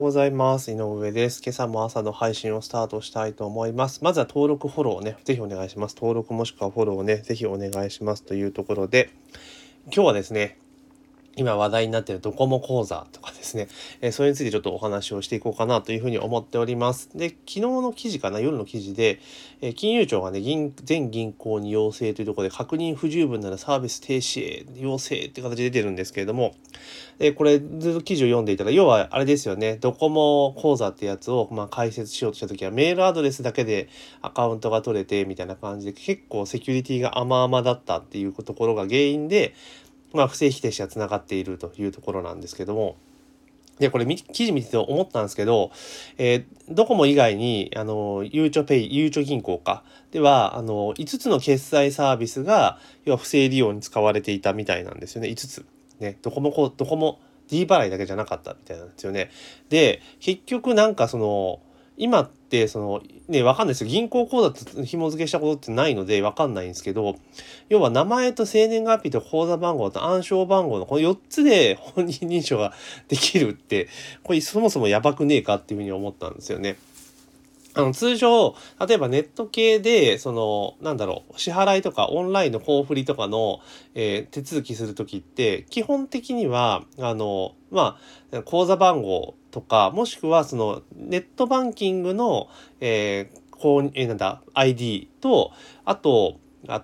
ございます。井上です。今朝も朝の配信をスタートしたいと思います。まずは登録、フォローをね、ぜひお願いします。登録もしくはフォローをね、ぜひお願いしますというところで、今日はですね、今話題になっているドコモ講座とかですね、それについてちょっとお話をしていこうかなというふうに思っております。で、昨日の記事かな、夜の記事で、金融庁がね、全銀行に要請というところで確認不十分ならサービス停止へ要請っていう形で出てるんですけれども、これずっと記事を読んでいたら、要はあれですよね、ドコモ口座ってやつを開設しようとしたときは、メールアドレスだけでアカウントが取れてみたいな感じで、結構セキュリティが甘々だったっていうところが原因で、不正非停止がつながっているというところなんですけども、で、これ記事見てて思ったんですけど、ドコモ以外に、ゆうちょペイ、ゆうちょ銀行か、では、5つの決済サービスが、要は不正利用に使われていたみたいなんですよね、5つ。ね、ドコモ D 払いだけじゃなかったみたいなんですよね。で、結局今ってわかんないですよ。銀行口座と紐付けしたことってないのでわかんないんですけど、要は名前と生年月日と口座番号と暗証番号のこの4つで本人認証ができるって、これそもそもやばくねえかっていうふうに思ったんですよね。通常、例えばネット系で、支払いとかオンラインの交付とかの、手続きするときって、基本的には、口座番号とか、もしくはネットバンキングの、ID と、あと、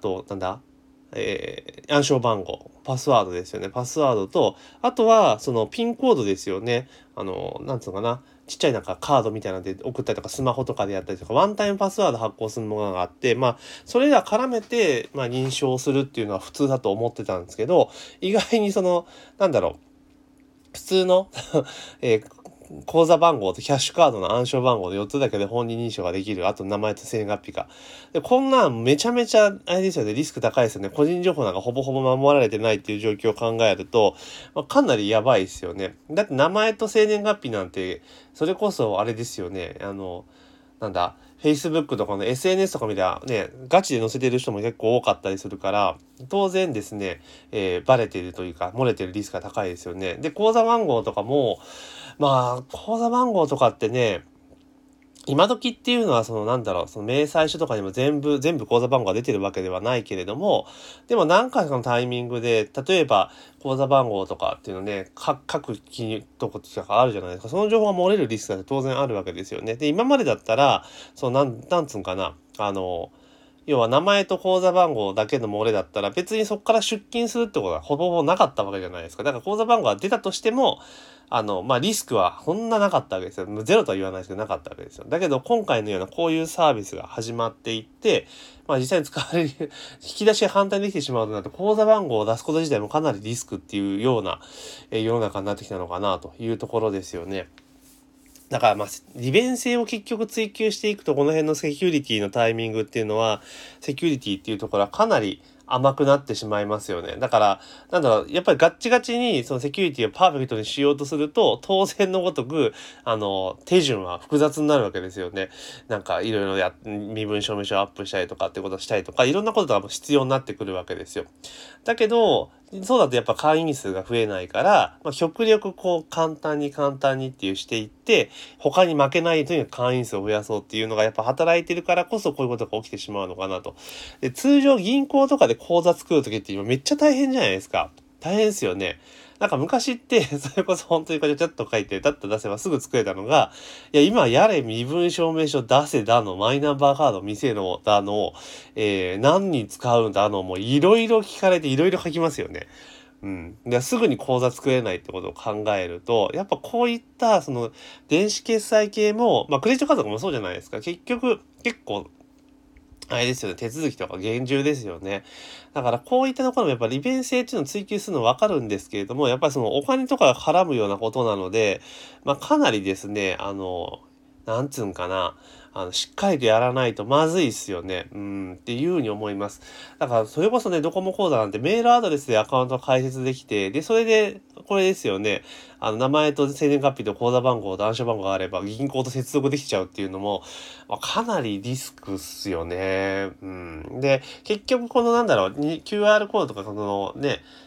暗証番号、パスワードですよね。パスワードと、あとは、ピンコードですよね。なんつうのかな。ちっちゃいカードみたいなので送ったりとか、スマホとかでやったりとか、ワンタイムパスワード発行するものがあって、それら絡めて、認証するっていうのは普通だと思ってたんですけど、意外に普通のえー口座番号とキャッシュカードの暗証番号で4つだけで本人認証ができる。あと名前と生年月日か。で、こんなんめちゃめちゃ、あれですよね、リスク高いですよね。個人情報なんかほぼほぼ守られてないっていう状況を考えると、かなりやばいですよね。だって名前と生年月日なんて、それこそあれですよね。Facebook とかの SNS とか見たらね、ガチで載せてる人も結構多かったりするから、当然ですね、バレているというか、漏れてるリスクが高いですよね。で、口座番号とかも、口座番号とかってね、今時っていうのはその明細書とかにも全部口座番号が出てるわけではないけれども、でも何回かのタイミングで、例えば口座番号とかっていうのね、各とことかあるじゃないですか。その情報が漏れるリスクが当然あるわけですよね。で、今までだったら、なんつうんかな、要は名前と口座番号だけの漏れだったら別にそこから出金するってことはほぼほぼなかったわけじゃないですか。だから口座番号が出たとしても、リスクはそんななかったわけですよ。ゼロとは言わないですけどなかったわけですよ。だけど今回のようなこういうサービスが始まっていって、実際に使われる、引き出しが簡単にできてしまうとなると口座番号を出すこと自体もかなりリスクっていうような、世の中になってきたのかなというところですよね。だから利便性を結局追求していくと、この辺のセキュリティのタイミングっていうのは、セキュリティっていうところはかなり甘くなってしまいますよね。だから、やっぱりガッチガチにそのセキュリティをパーフェクトにしようとすると、当然のごとく、手順は複雑になるわけですよね。いろいろ身分証明書をアップしたりとかってことをしたりとか、いろんなことが必要になってくるわけですよ。だけど、そうだとやっぱ会員数が増えないから、極力簡単にっていうしていって、他に負けないという会員数を増やそうっていうのがやっぱ働いてるからこそこういうことが起きてしまうのかなと。で、通常銀行とかで口座作るときって今めっちゃ大変じゃないですか。大変ですよね。昔ってそれこそ本当にこれちょっと書いてだったら出せばすぐ作れたのが、いや今やれ身分証明書出せだの、マイナンバーカード見せろだの、何に使うんだの、もういろいろ聞かれていろいろ書きますよね。うん。すぐに口座作れないってことを考えると、やっぱこういった電子決済系も、クレジットカードとかもそうじゃないですか。結局結構あれですよね、手続きとか厳重ですよね。だからこういったところもやっぱ利便性っていうのを追求するのはわかるんですけれども、やっぱりお金とかが絡むようなことなので、かなりですね、なんつうんかな、しっかりとやらないとまずいっすよね。っていうふうに思います。だからそれこそね、ドコモ口座なんてメールアドレスでアカウント開設できて、で、それで、これですよね、名前と生年月日と口座番号と暗証番号があれば銀行と接続できちゃうっていうのも、かなりリスクっすよね。で、結局QR コードとか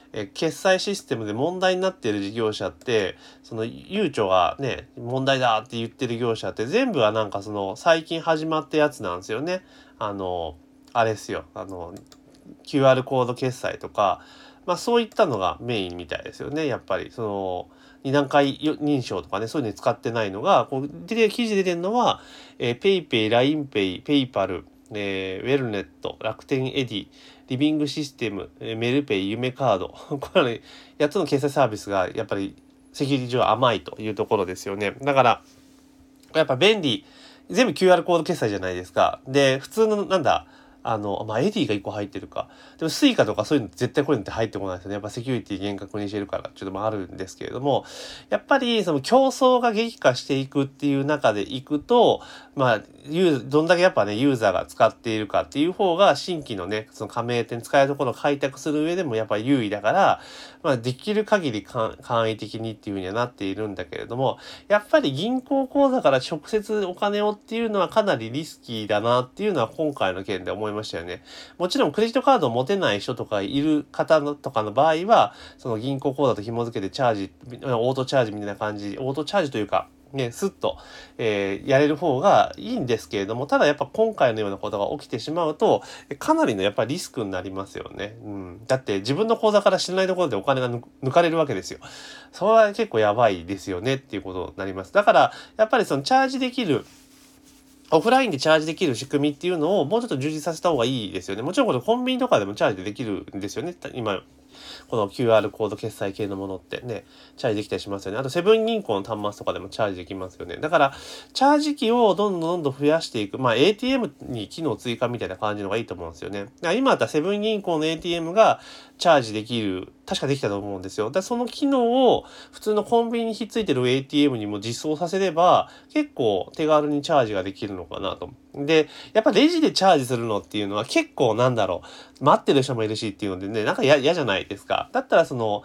決済システムで問題になっている事業者って、そのゆうちょがね、問題だって言ってる業者って全部はなんかその最近始まったやつなんですよね。あれですよ。QR コード決済とか、そういったのがメインみたいですよね。やっぱりその二段階認証とかね、そういうのに使ってないのが、こう記事で出てるのは、ペイペイ、ラインペイ、ペイパル、ウェルネット、楽天エディ、リビングシステム、メルペイ、夢カード、これね、8つの決済サービスがやっぱりセキュリティ上甘いというところですよね。だからやっぱ便利、全部 QR コード決済じゃないですか。で、普通のエディが1個入ってるか。でもスイカとかそういうの絶対こういうのって入ってこないですよね。やっぱセキュリティ厳格にしてるからちょっとあるんですけれども、やっぱりその競争が激化していくっていう中でいくと、どんだけやっぱね、ユーザーが使っているかっていう方が新規のね、その加盟店使えるところを開拓する上でもやっぱり優位だから、できる限り簡易的にっていうふうにはなっているんだけれども、やっぱり銀行口座から直接お金をっていうのはかなりリスキーだなっていうのは今回の件で思いましたよね。もちろんクレジットカードを持てない人とかいる方とかの場合は、その銀行口座と紐付けてチャージ、オートチャージみたいな感じ、オートチャージというか、ね、スッと、やれる方がいいんですけれども、ただやっぱ今回のようなことが起きてしまうと、かなりのやっぱりリスクになりますよね。だって自分の口座から知らないところでお金が抜かれるわけですよ。それは結構やばいですよねっていうことになります。だからやっぱりそのチャージできる、オフラインでチャージできる仕組みっていうのをもうちょっと充実させた方がいいですよね。もちろんこれコンビニとかでもチャージできるんですよね。今この QR コード決済系のものってね、チャージできたりしますよね。あとセブン銀行の端末とかでもチャージできますよね。だから、チャージ機をどんどん増やしていく。ATM に機能追加みたいな感じのがいいと思うんですよね。今だったらセブン銀行の ATM がチャージできる、確かできたと思うんですよ。その機能を普通のコンビニにひっついてる ATM にも実装させれば、結構手軽にチャージができるのかなと。で、やっぱレジでチャージするのっていうのは結構待ってる人もいるしっていうのでね、なんか嫌じゃないですか。だったらその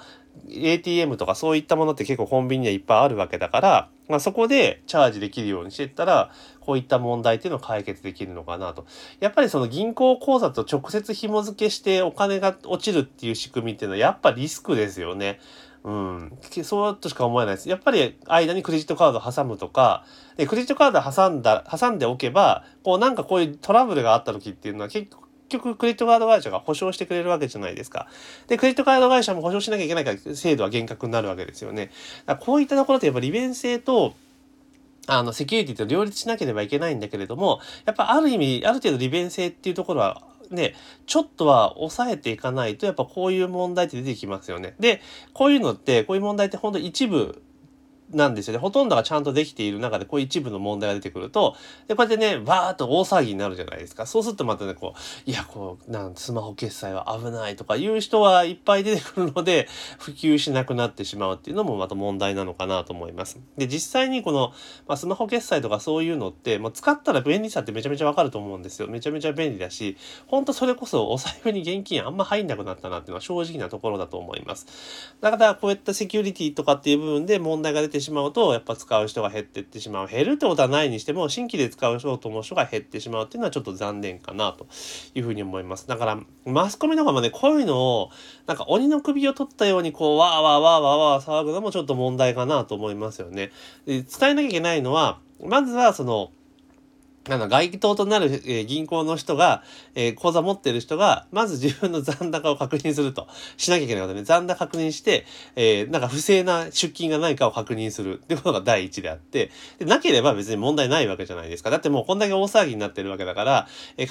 ATM とかそういったものって結構コンビニにはいっぱいあるわけだから、そこでチャージできるようにしていったら、こういった問題っていうのを解決できるのかなと。やっぱりその銀行口座と直接紐付けしてお金が落ちるっていう仕組みっていうのはやっぱリスクですよね。そうとしか思えないです。やっぱり間にクレジットカード挟むとか、で、クレジットカード挟んでおけば、こういうトラブルがあった時っていうのは結局クレジットカード会社が保証してくれるわけじゃないですか。で、クレジットカード会社も保証しなきゃいけないから制度は厳格になるわけですよね。だからこういったところってやっぱ利便性とセキュリティと両立しなければいけないんだけれども、やっぱある意味、ある程度利便性っていうところは、ね、ちょっとは抑えていかないと、やっぱこういう問題って出てきますよね。で、こういう問題って本当一部なんですよね。ほとんどがちゃんとできている中で、こういう一部の問題が出てくると、で、こうやってね、バーっと大騒ぎになるじゃないですか。そうするとまたね、スマホ決済は危ないとかいう人はいっぱい出てくるので、普及しなくなってしまうっていうのもまた問題なのかなと思います。で、実際にスマホ決済とかそういうのって、使ったら便利さってめちゃめちゃわかると思うんですよ。めちゃめちゃ便利だし、ほんとそれこそお財布に現金あんま入んなくなったなっていうのは正直なところだと思います。だからこういったセキュリティとかっていう部分で問題が出てしまうと、やっぱ使う人が減っていってしまう。減るってことはないにしても、新規で使う人と思う人が減ってしまうっていうのはちょっと残念かなというふうに思います。だから、マスコミとかもね、こういうのを、なんか鬼の首を取ったように、わーわーわーわーわー騒ぐのもちょっと問題かなと思いますよね。で、伝えなきゃいけないのは、まずは該当となる、銀行の人が、口座持ってる人が、まず自分の残高を確認すると。しなきゃいけないことね。残高確認して、不正な出金がないかを確認するってことが第一であって、で、なければ別に問題ないわけじゃないですか。だってもうこんだけ大騒ぎになってるわけだから、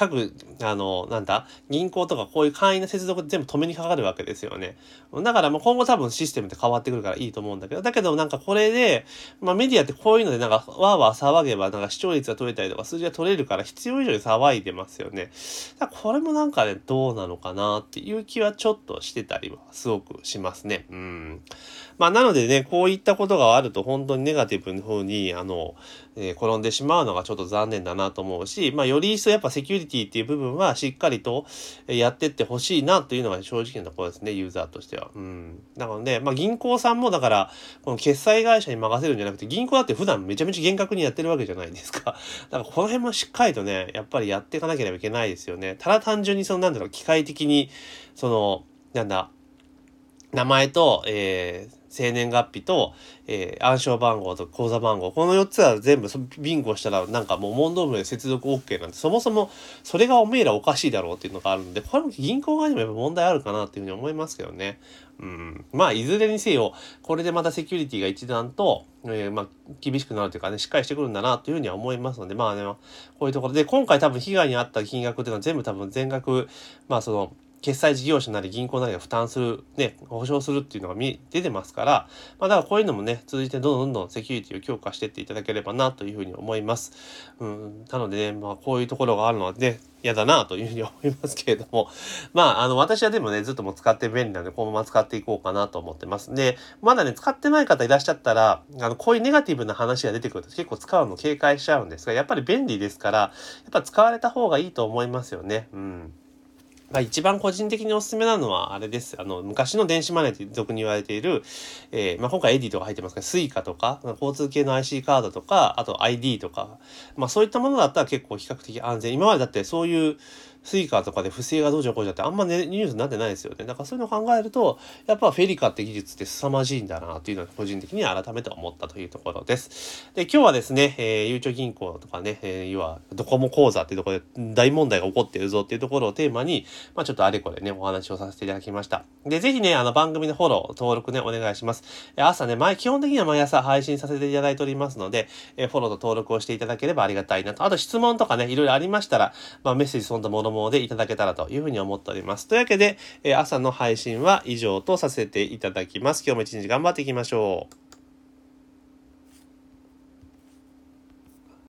銀行とかこういう簡易な接続で全部止めにかかるわけですよね。だからもう今後多分システムって変わってくるからいいと思うんだけど、だけどこれで、メディアってこういうのでわーわー騒げば視聴率が取れたりとか数字が取れるから必要以上に騒いでますよね。だからこれもどうなのかなっていう気はちょっとしてたりはすごくしますね。なのでね、こういったことがあると本当にネガティブの方に転んでしまうのがちょっと残念だなと思うし、より一層やっぱセキュリティっていう部分はしっかりとやってってほしいなというのが正直なところですね、ユーザーとしては。なので、銀行さんもだから、この決済会社に任せるんじゃなくて、銀行だって普段めちゃめちゃ厳格にやってるわけじゃないですか。だからこの辺もしっかりとね、やっぱりやっていかなければいけないですよね。ただ単純に機械的に、その、なんだ、 名前と、生年月日と、暗証番号と口座番号。この4つは全部ビンゴしたらなんかもう問答無で接続 OK なんで、そもそもそれがおめえらおかしいだろうっていうのがあるんで、これも銀行側にもやっぱ問題あるかなっていうふうに思いますけどね。うん。まあ、いずれにせよ、これでまたセキュリティが一段と、まあ、厳しくなるというかね、しっかりしてくるんだなというふうには思いますので、まあね、こういうところで、今回多分被害に遭った金額っていうのは全部多分全額、まあその、決済事業者なり銀行なりが負担する、ね、保証するっていうのが出てますから、まあだからこういうのもね、続いてどんどんセキュリティを強化していっていただければなというふうに思います。なのでね、まあこういうところがあるのはね、嫌だなというふうに思いますけれども、まあ私はでもね、ずっともう使って便利なので、このまま使っていこうかなと思ってます。で、まだね、使ってない方いらっしゃったら、こういうネガティブな話が出てくると結構使うの警戒しちゃうんですが、やっぱり便利ですから、やっぱ使われた方がいいと思いますよね。うん。まあ、一番個人的にお勧めなのは、あれです。昔の電子マネーって俗に言われている、まあ、今回エディとか入ってますけど、スイカとか、交通系の IC カードとか、あと ID とか、まあ、そういったものだったら結構比較的安全。今までだってそういうスイカとかで不正がどうじゃこうじゃってあんまね、ニュースになってないですよね。だからそういうのを考えると、やっぱフェリカって技術って凄まじいんだなっていうのは個人的に改めて思ったというところです。で、今日はですね、ゆうちょ銀行とかね、要はドコモ口座っていうところで大問題が起こっているぞっていうところをテーマに、まあちょっとあれこれね、お話をさせていただきました。で、ぜひね、番組のフォロー、登録ね、お願いします。朝ね、基本的には毎朝配信させていただいておりますので、フォローと登録をしていただければありがたいなと。あと質問とかね、いろいろありましたら、まあメッセージそんなものものでいただけたらというふうに思っております。というわけで、朝の配信は以上とさせていただきます。今日も一日頑張っていきましょう。